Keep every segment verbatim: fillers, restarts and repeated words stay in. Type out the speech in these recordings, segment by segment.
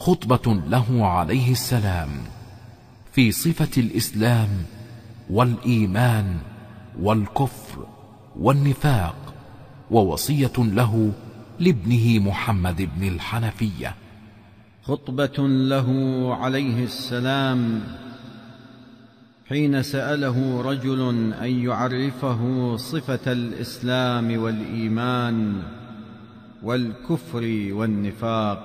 خطبة له عليه السلام في صفة الإسلام والإيمان والكفر والنفاق، ووصية له لابنه محمد بن الحنفية. خطبة له عليه السلام حين سأله رجل أن يعرفه صفة الإسلام والإيمان والكفر والنفاق،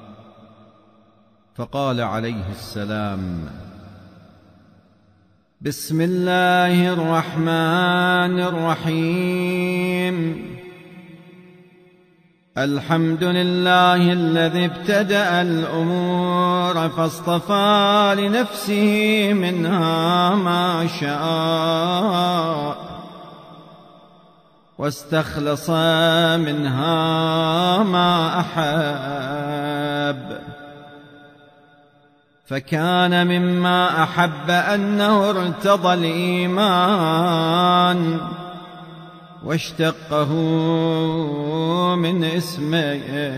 فقال عليه السلام: بسم الله الرحمن الرحيم، الحمد لله الذي ابتدأ الأمور فاصطفى لنفسه منها ما شاء، واستخلص منها ما أحب، فكان مما أحب أنه ارتضى الإيمان واشتقه من اسمه،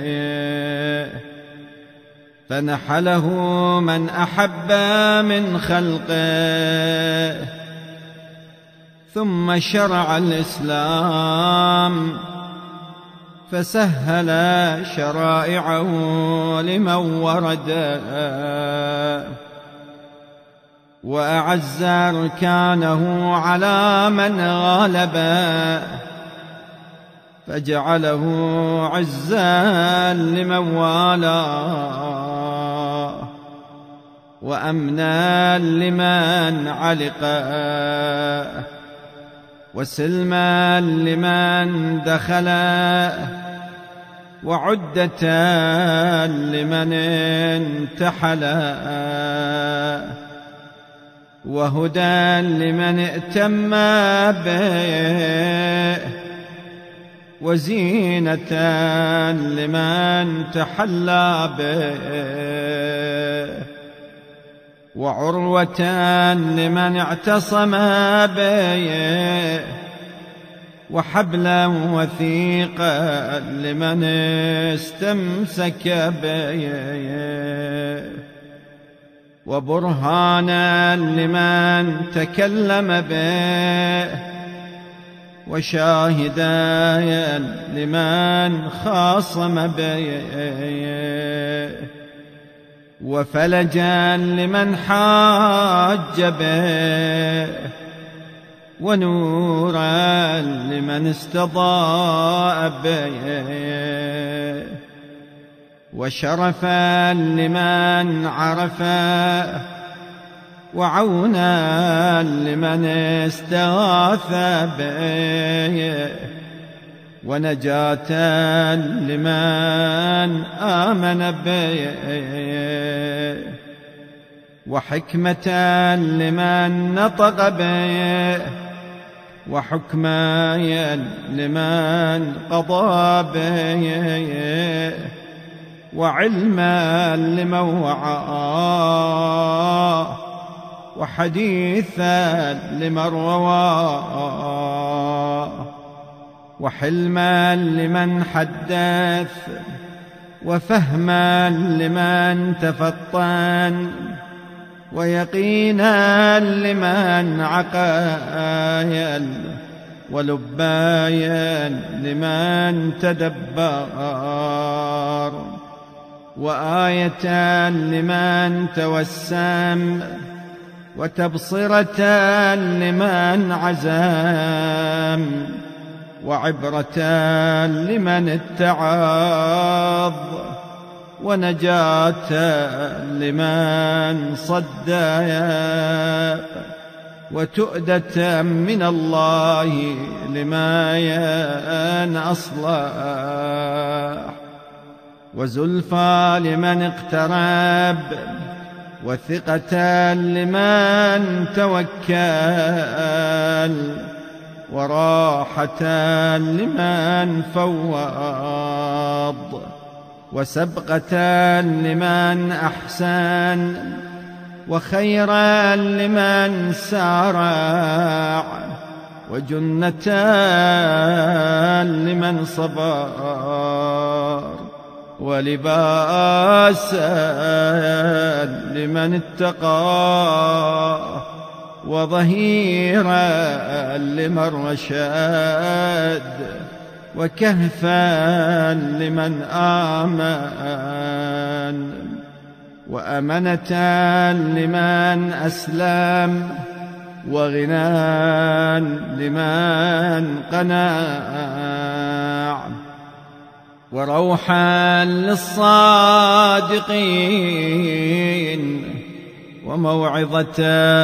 فنحله من أحب من خلقه، ثم شرع الإسلام فسهل شرائعه لمن ورد، وأعز أركانه على من غالب، فجعله عزا لمن والاه، وأمنا لمن علق، وسلما لمن دخل، وعدة لمن انتحل، وهدى لمن ائتم به، وزينة لمن تحلى به، وعروة لمن اعتصم به، وحبلا وثيقا لمن استمسك به، وبرهانا لمن تكلم به، وشاهدا لمن خاصم به، وفلجا لمن حاج به، ونورا لمن استضاء به، وشرفا لمن عرف، وعونا لمن استغاث به، ونجاة لمن آمن به، وحكمة لمن نطق به، وحكما لمن قضى به، وعلما لمن وعاه، وحديثا لمن رواه، وحلما لمن حدث، وفهما لمن تفطن، ويقينا لمن عقل، ولبايا لمن تدبر، وآية لمن توسم، وتبصرة لمن عزم، وعبرة لمن اتعظ، ونجاة لمن صدق، وتؤدة من الله لمن أصلح، وزلفى لمن اقترب، وثقة لمن توكل، وراحة لمن فوض، وسبقة لمن أحسن، وخيرا لمن سارع، وجنة لمن صبر، ولباسا لمن اتقى وظهيرا لمن رشد وكهفا لمن آمن وأمنة لمن أسلم وغنى لمن قنع وروحا للصادقين وموعظة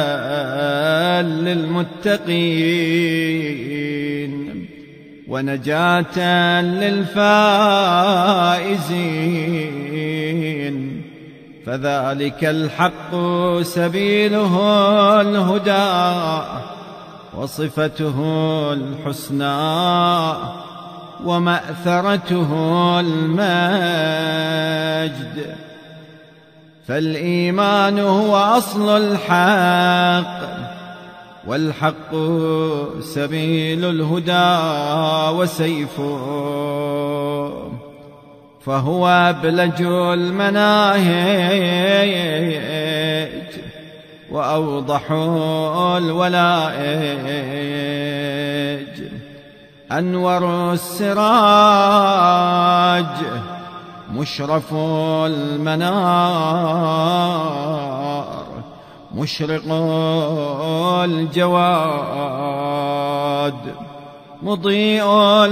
للمتقين ونجاة للفائزين فذلك الحق سبيله الهدى وصفته الحسنى ومأثرته المجد. فالإيمان هو أصل الحق والحق سبيل الهدى وسيفه فهو أبلج المناهج وأوضح الولائج أنور السراج مشرف المنار مشرق الجواد مضيء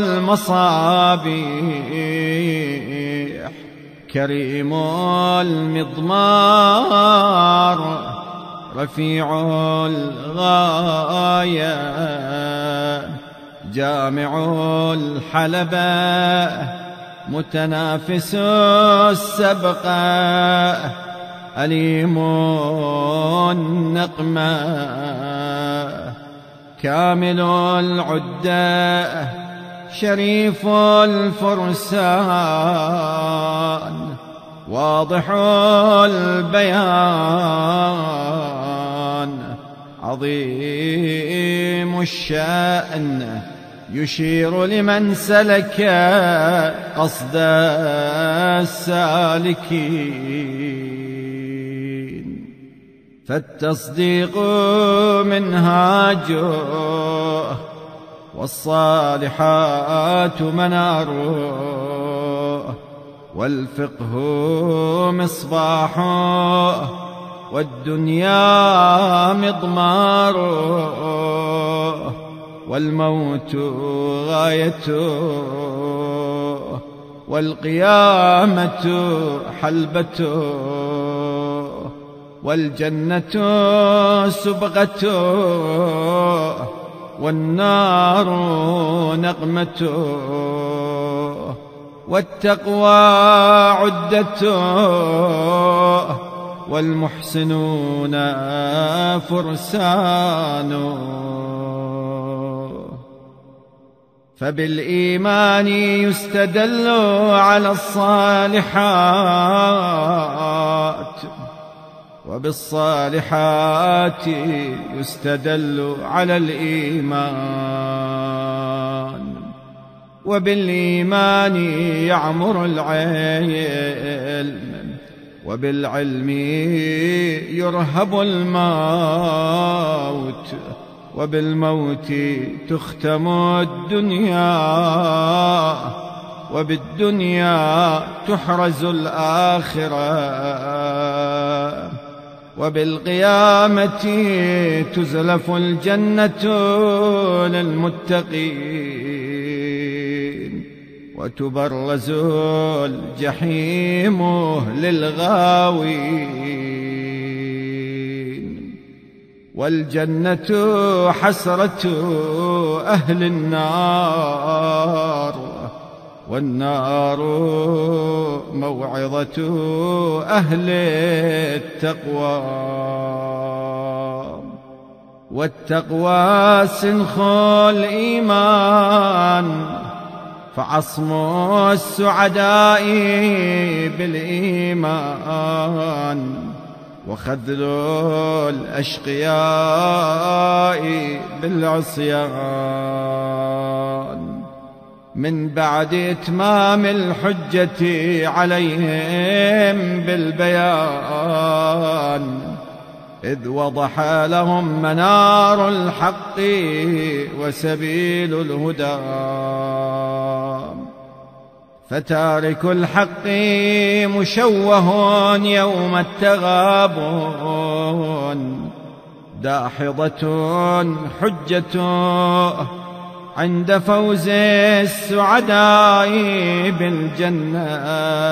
المصابيح كريم المضمار رفيع الغاية جامع الحلبة متنافس السبقة أليم النقمة كامل العدة شريف الفرسان واضح البيان عظيم الشأن يشير لمن سلك قصد السالكين فالتصديق منهاجه والصالحات مناره والفقه مصباحه والدنيا مضماره والموت غايته والقيامة حلبته والجنة سبغته والنار نقمته والتقوى عدته والمحسنون فرسانه فبالإيمان يستدل على الصالحات وبالصالحات يستدل على الإيمان وبالإيمان يعمر العلم وبالعلم يرهب الموت وبالموت تختم الدنيا وبالدنيا تحرز الآخرة وبالقيامة تزلف الجنة للمتقين وتبرز الجحيم للغاوين والجنة حسرة أهل النار والنار موعظة أهل التقوى والتقوى سنخ الإيمان فعصم السعداء بالإيمان وخذل الأشقياء بالعصيان من بعد إتمام الحجة عليهم بالبيان، إذ وضح لهم منار الحق وسبيل الهدى. فتارك الحق مشوه يوم التغابن، داحضة حجته عند فوز السعداء بالجنة.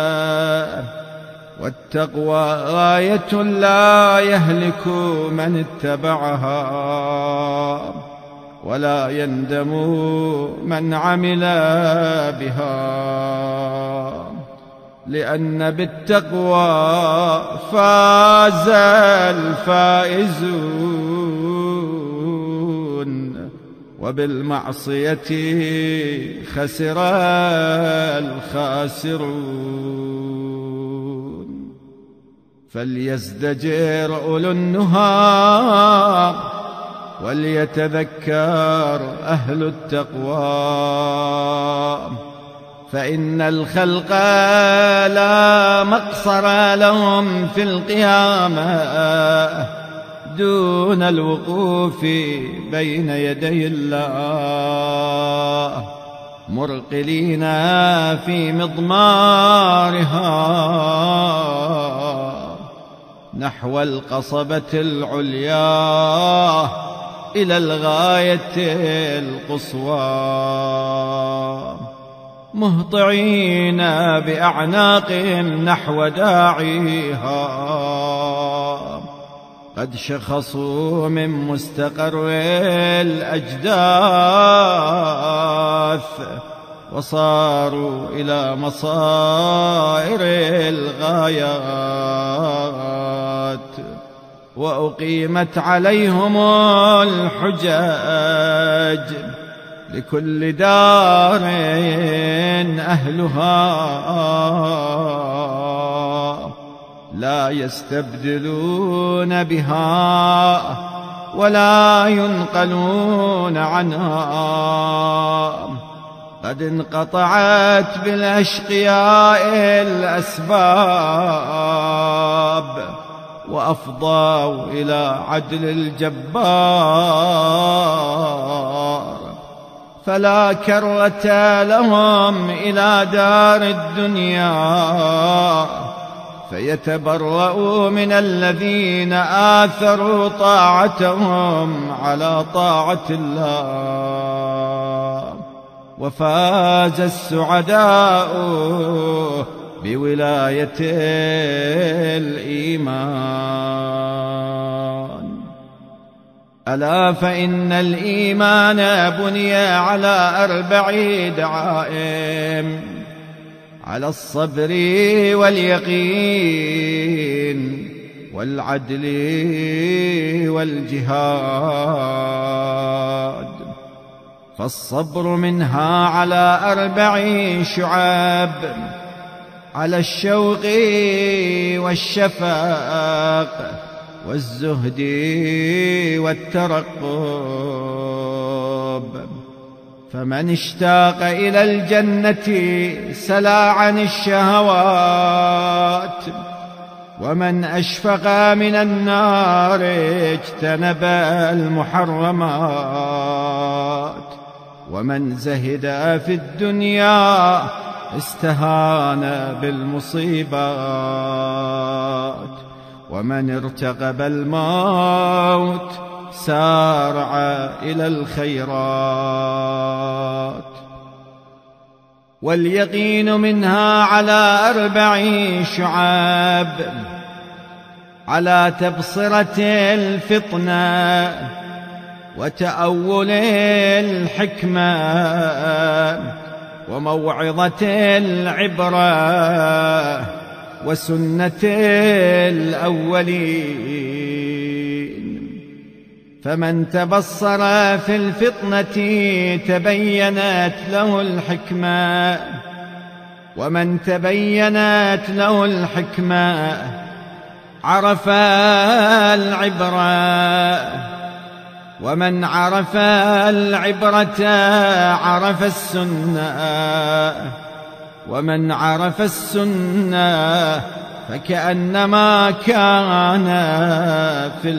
والتقوى غاية لا يهلك من اتبعها، ولا يندم من عمل بها، لأن بالتقوى فاز الفائزون، وبالمعصية خسر الخاسرون. فليزدجر أولو النهى وليتذكر أهل التقوى، فإن الخلق لا مقصر لهم في القيامة دون الوقوف بين يدي الله، مرقلين في مضمارها نحو القصبة العليا إلى الغاية القصوى، مهطعين بأعناقهم نحو داعيها. قد شخصوا من مستقر الأجداث، وصاروا إلى مصائر الغايات، وأقيمت عليهم الحجج لكل دار أهلها، لا يستبدلون بها ولا ينقلون عنها. قد انقطعت بالأشقياء الأسباب، وأفضوا إلى عدل الجبار، فلا كرة لهم إلى دار الدنيا، فيتبرؤوا من الذين آثروا طاعتهم على طاعة الله. وفاز السعداء بولاية الإيمان. ألا فإن الإيمان بني على أربع دعائم: على الصبر واليقين والعدل والجهاد. فالصبر منها على أربع شعاب: على الشوق والشفاق والزهد والترقب. فمن اشتاق إلى الجنة سلا عن الشهوات، ومن أشفق من النار اجتنب المحرمات، ومن زهد في الدنيا استهان بالمصيبات، ومن ارتقب الموت سارع إلى الخيرات. واليقين منها على أربع شعاب: على تبصرة الفطنة وتأول الحكمة وموعظة العبرة وسنة الأولين. فمن تبصر في الفطنة تبينت له الحكمة، ومن تبينت له الحكمة،، عرف العبرة، ومن عرف العبرة عرف السنة، ومن عرف السنة فكأنما كان في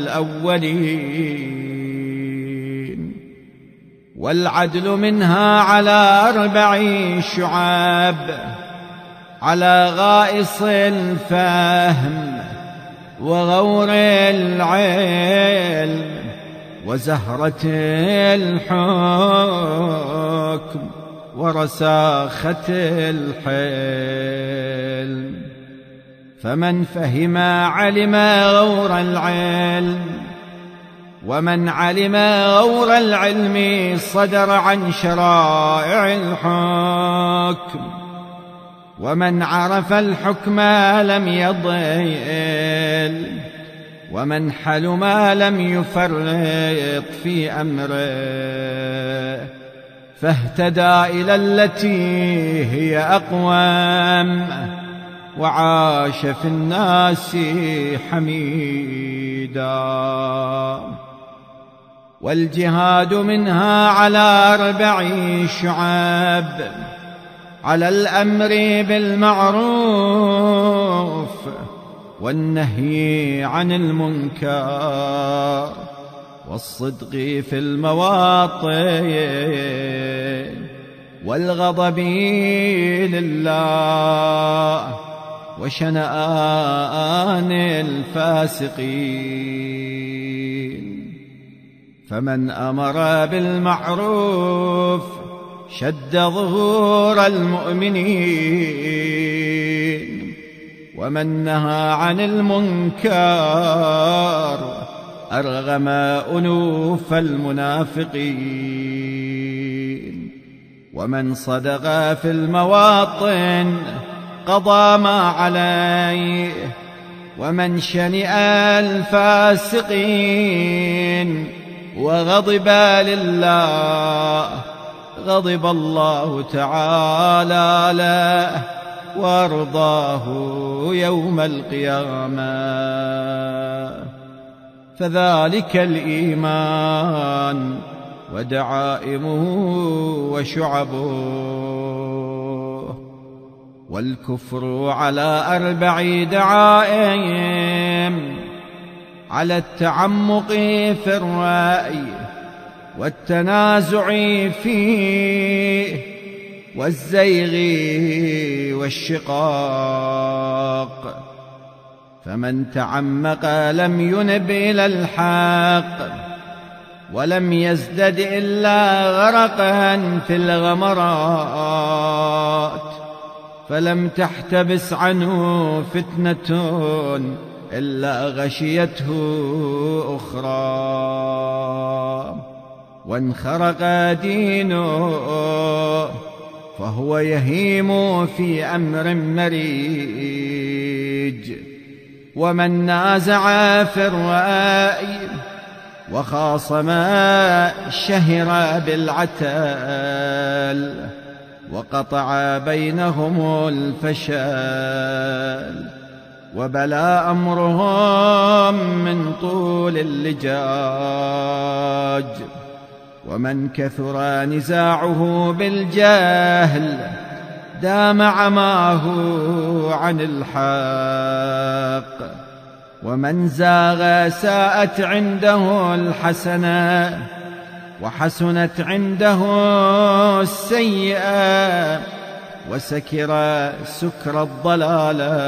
الأولين. والعدل منها على أربع شعاب: على غائص الفهم، وغور العلم، وزهرة الحكم، ورساخة الحلم. فمن فهم علم غور العلم، ومن علم غور العلم صدر عن شرائع الحكم، ومن عرف الحكم لم يضل، ومن حلم لم يفرط في أمره، فاهتدى إلى التي هي أقوم، وعاش في الناس حميدا. والجهاد منها على أربع شعاب: على الأمر بالمعروف، والنهي عن المنكر، والصدق في المواطن، والغضب لله، وشنآن الفاسقين. فمن أمر بالمعروف شد ظهور المؤمنين، ومن نهى عن المنكر أرغم أنوف المنافقين. ومن صدق في المواطن قضى ما عليه، ومن شنئ الفاسقين وغضب لله غضب الله تعالى له وارضاه يوم القيامة. فذلك الإيمان ودعائمه وشعبه. والكفر على أربع دعائم: على التعمق في الرأي، والتنازع فيه، والزيغ والشقاق. فمن تعمق لم ينب إلى الحق، ولم يزدد إلا غرقا في الغمرات، فلم تحتبس عنه فتنة إلا غشيته أخرى، وانخرق دينه فهو يهيم في أمر مريج. ومن نازع في الرأي وخاصم شهر بالعتال، وقطع بينهم الفشل، وبلى أمرهم من طول اللجاج. ومن كثر نزاعه بالجهل دام عماه عن الحق. ومن زاغ ساءت عنده الحسنة، وحسنت عنده السيئة، وسكر سكر الضلالة.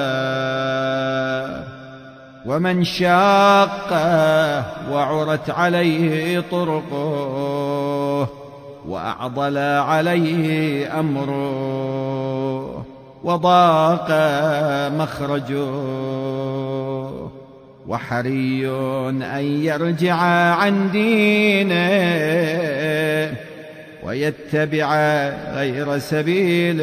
ومن شاق وعرت عليه طرقه، وأعضل عليه أمره، وضاق مخرجه، وحري أن يرجع عن دينه ويتبع غير سبيل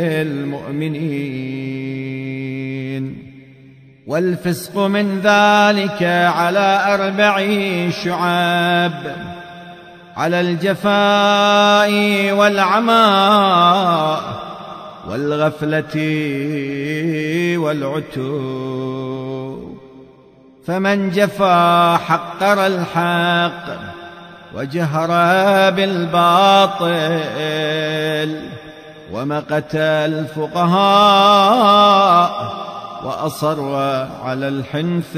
المؤمنين. والفسق من ذلك على أربع شعاب: على الجفاء والعمى، والغفلة والعتو. فمن جفا حقر الحق، وجهر بالباطل ومقت الفقهاء وأصر على الحنث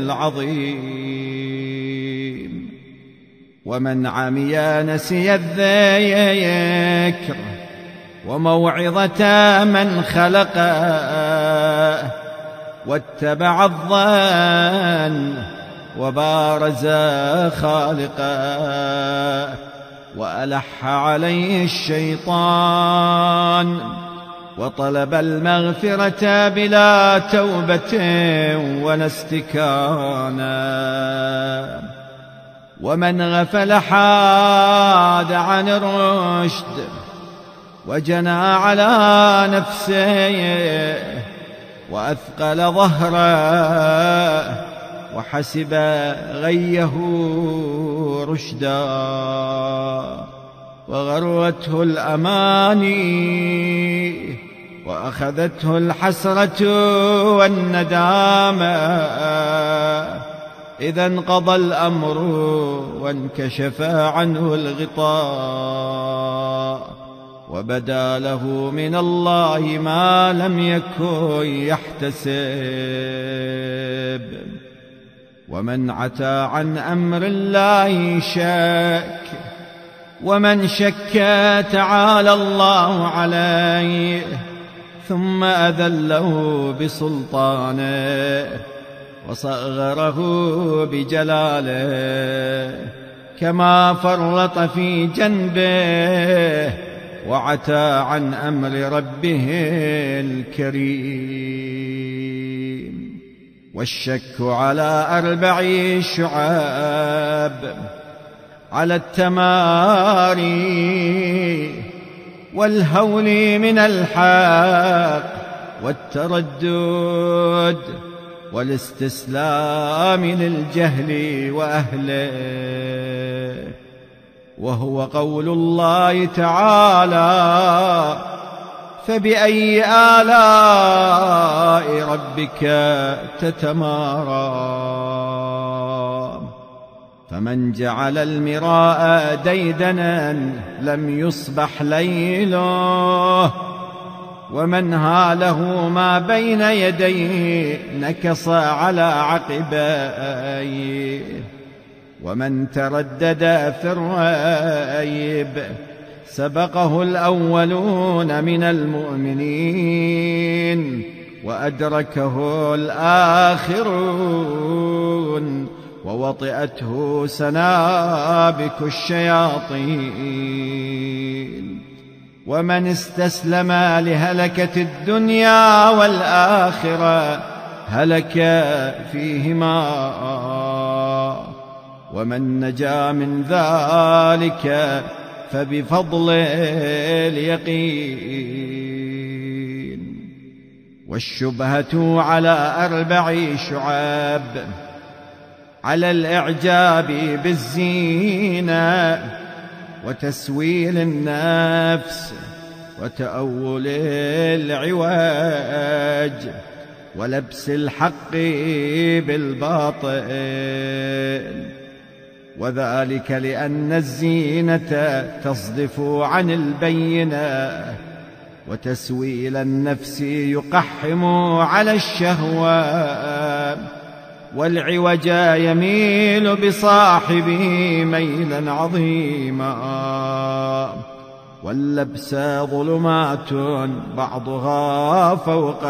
العظيم. ومن عمي نسي الذكر وموعظة من خلق واتبع الظن وبارز خالقا وألح عليه الشيطان وطلب المغفرة بلا توبة ولا استكانا. ومن غفل حاد عن الرشد وجنى على نفسه وأثقل ظهره وحسب غيه رشدا وغرته الأماني وأخذته الحسرة والندامة إذا انقضى الأمر وانكشف عنه الغطاء وبدا له من الله ما لم يكن يحتسب. ومن عتى عن أمر الله شك ومن شك تعالى الله عليه ثم أذله بسلطانه وصغره بجلاله كما فرط في جنبه وعتى عن أمر ربه الكريم. والشك على أربع شعاب: على التماري والهول من الحق والتردد والاستسلام للجهل وأهله، وهو قول الله تعالى: فبأي آلاء ربك تتمارى. فمن جعل المراء ديدنا لم يصبح ليله، ومن هاله ما بين يديه نكص على عقبيه، ومن تردد في الريب سبقه الأولون من المؤمنين وأدركه الآخرون ووطئته سنابك الشياطين. ومن استسلم لهلكة الدنيا والآخرة هلك فيهما، ومن نجا من ذلك فبفضل اليقين. والشبهة على أربع شعاب: على الإعجاب بالزينة وتسويل النفس وتأول العواج ولبس الحق بالباطل، وذلك لأن الزينة تصدف عن البينة، وتسويل النفس يقحم على الشهوة، والعوج يميل بصاحبه ميلا عظيما. واللبس ظلمات بعضها فوق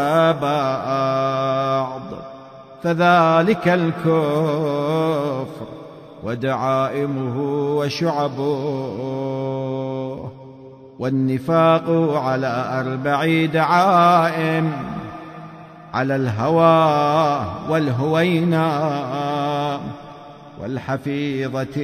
بعض، فذلك الكفر ودعائمه وشعبه. والنفاق على أربع دعائم: على الهوى والهوينا والحفيظة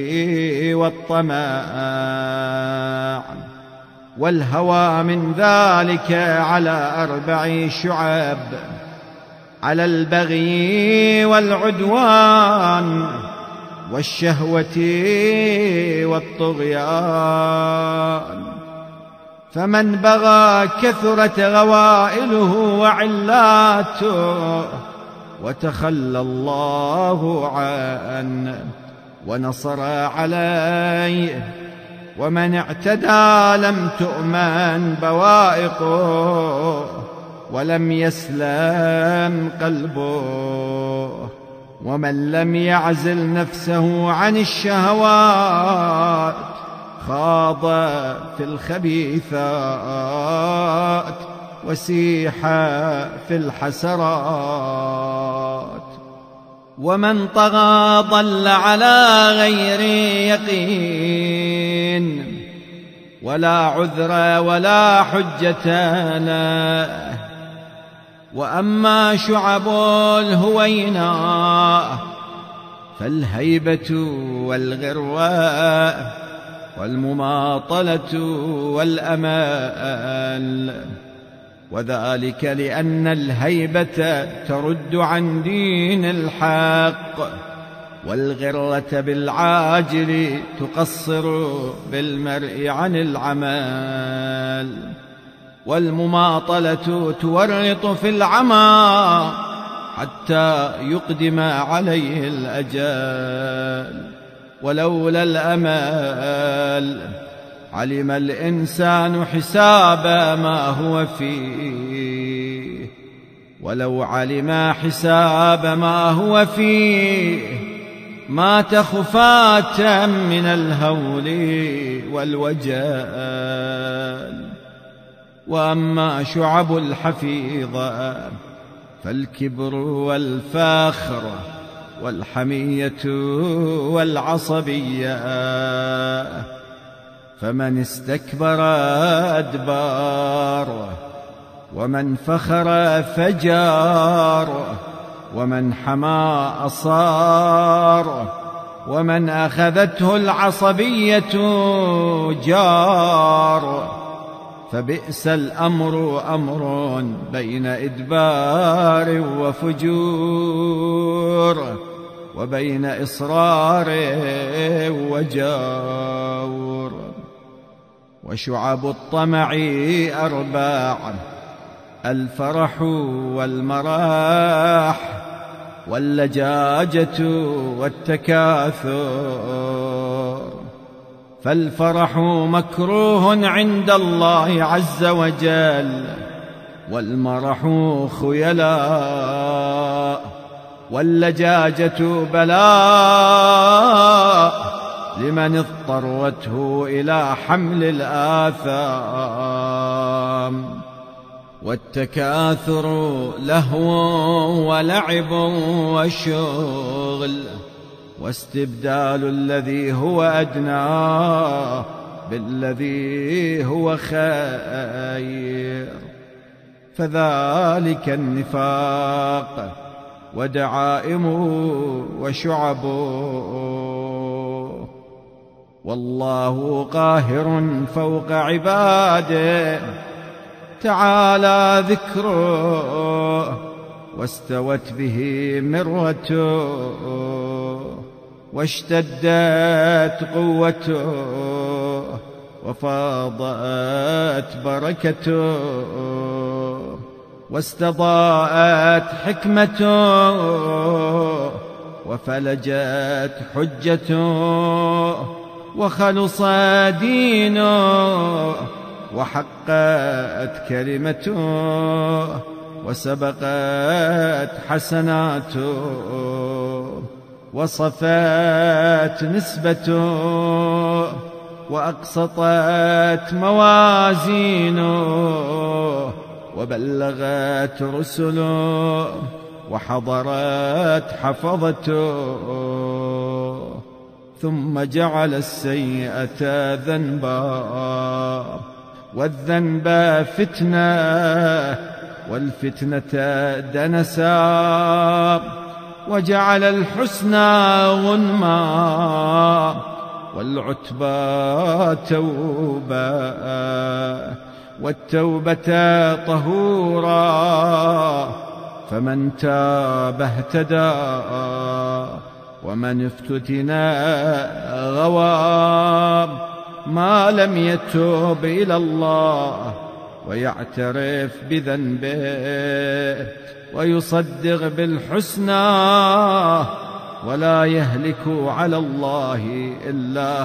والطمع. والهوى من ذلك على أربع شعب: على البغي والعدوان والشهوة والطغيان. فمن بغى كثرت غوائله وعلاته وتخلى الله عنه، ونصر عليه، ومن اعتدى لم تؤمن بوائقه ولم يسلم قلبه. ومن لم يعزل نفسه عن الشهوات خاض في الخبيثات وسيح في الحسرات. ومن طغى ضل على غير يقين، ولا عذر ولا حجة له. وأما شعب الهوينا فالهيبة والغروة والمماطلة والأمال، وذلك لأن الهيبة ترد عن دين الحق، والغرة بالعاجل تقصر بالمرء عن العمل، والمماطلة تورط في العمى حتى يقدم عليه الأجل. ولولا الأمل علم الإنسان حساب ما هو فيه، ولو علم حساب ما هو فيه مات خفاة من الهول والوجل. وأما شعب الحفيظة فالكبر والفخر والحمية والعصبية، فمن استكبر أدبار، ومن فخر فجار، ومن حمى أصار، ومن أخذته العصبية جار. فبئس الأمر أمر بين إدبار وفجور، وبين إصرار وجور. وشعب الطمع أرباع: الفرح والمراح واللجاجة والتكاثر. فالفرح مكروه عند الله عز وجل، والمرح خيلاء، واللجاجة بلاء لمن اضطرته إلى حمل الآثام. والتكاثر لهو ولعب وشغل، واستبدال الذي هو أدنى بالذي هو خير، فذلك النفاق ودعائمه وشعبه. والله قاهر فوق عباده، تعالى ذكره، واستوت به مرته، واشتدت قوته، وفاضت بركته، واستضاءت حكمته، وفلجت حجته، وخلص دينه، وحقت كلمته، وسبقت حسناته، وصفت نسبته، وأقسطت موازينه، وبلغت رسله، وحضرت حفظته. ثم جعل السيئة ذنبا، والذنب فتنة، والفتنة دنسا، وجعل الحسنى غنما، والعتبى توبا، والتوبة طهورا. فمن تاب اهتدى، ومن افتتن غوى. ما لم يتوب إلى الله ويعترف بذنبه ويصدق بالحسنى ولا يهلك على الله إلا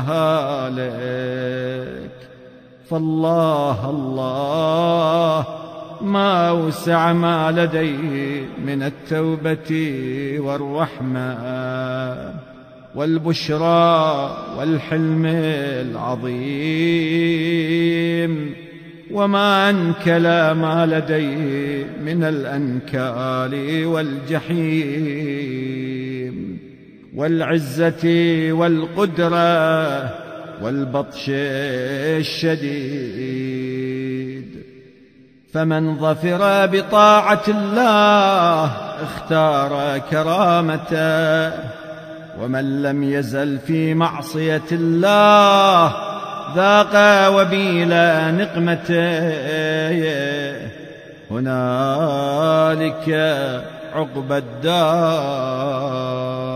هالك. فالله الله ما وسع ما لديه من التوبة والرحمة والبشرى والحلم العظيم، وما أنكل ما لديه من الأنكال والجحيم والعزة والقدرة والبطش الشديد. فمن ظفر بطاعة الله اختار كرامته، ومن لم يزل في معصية الله ذاق وبيل نقمته. هنالك عقبى الدار.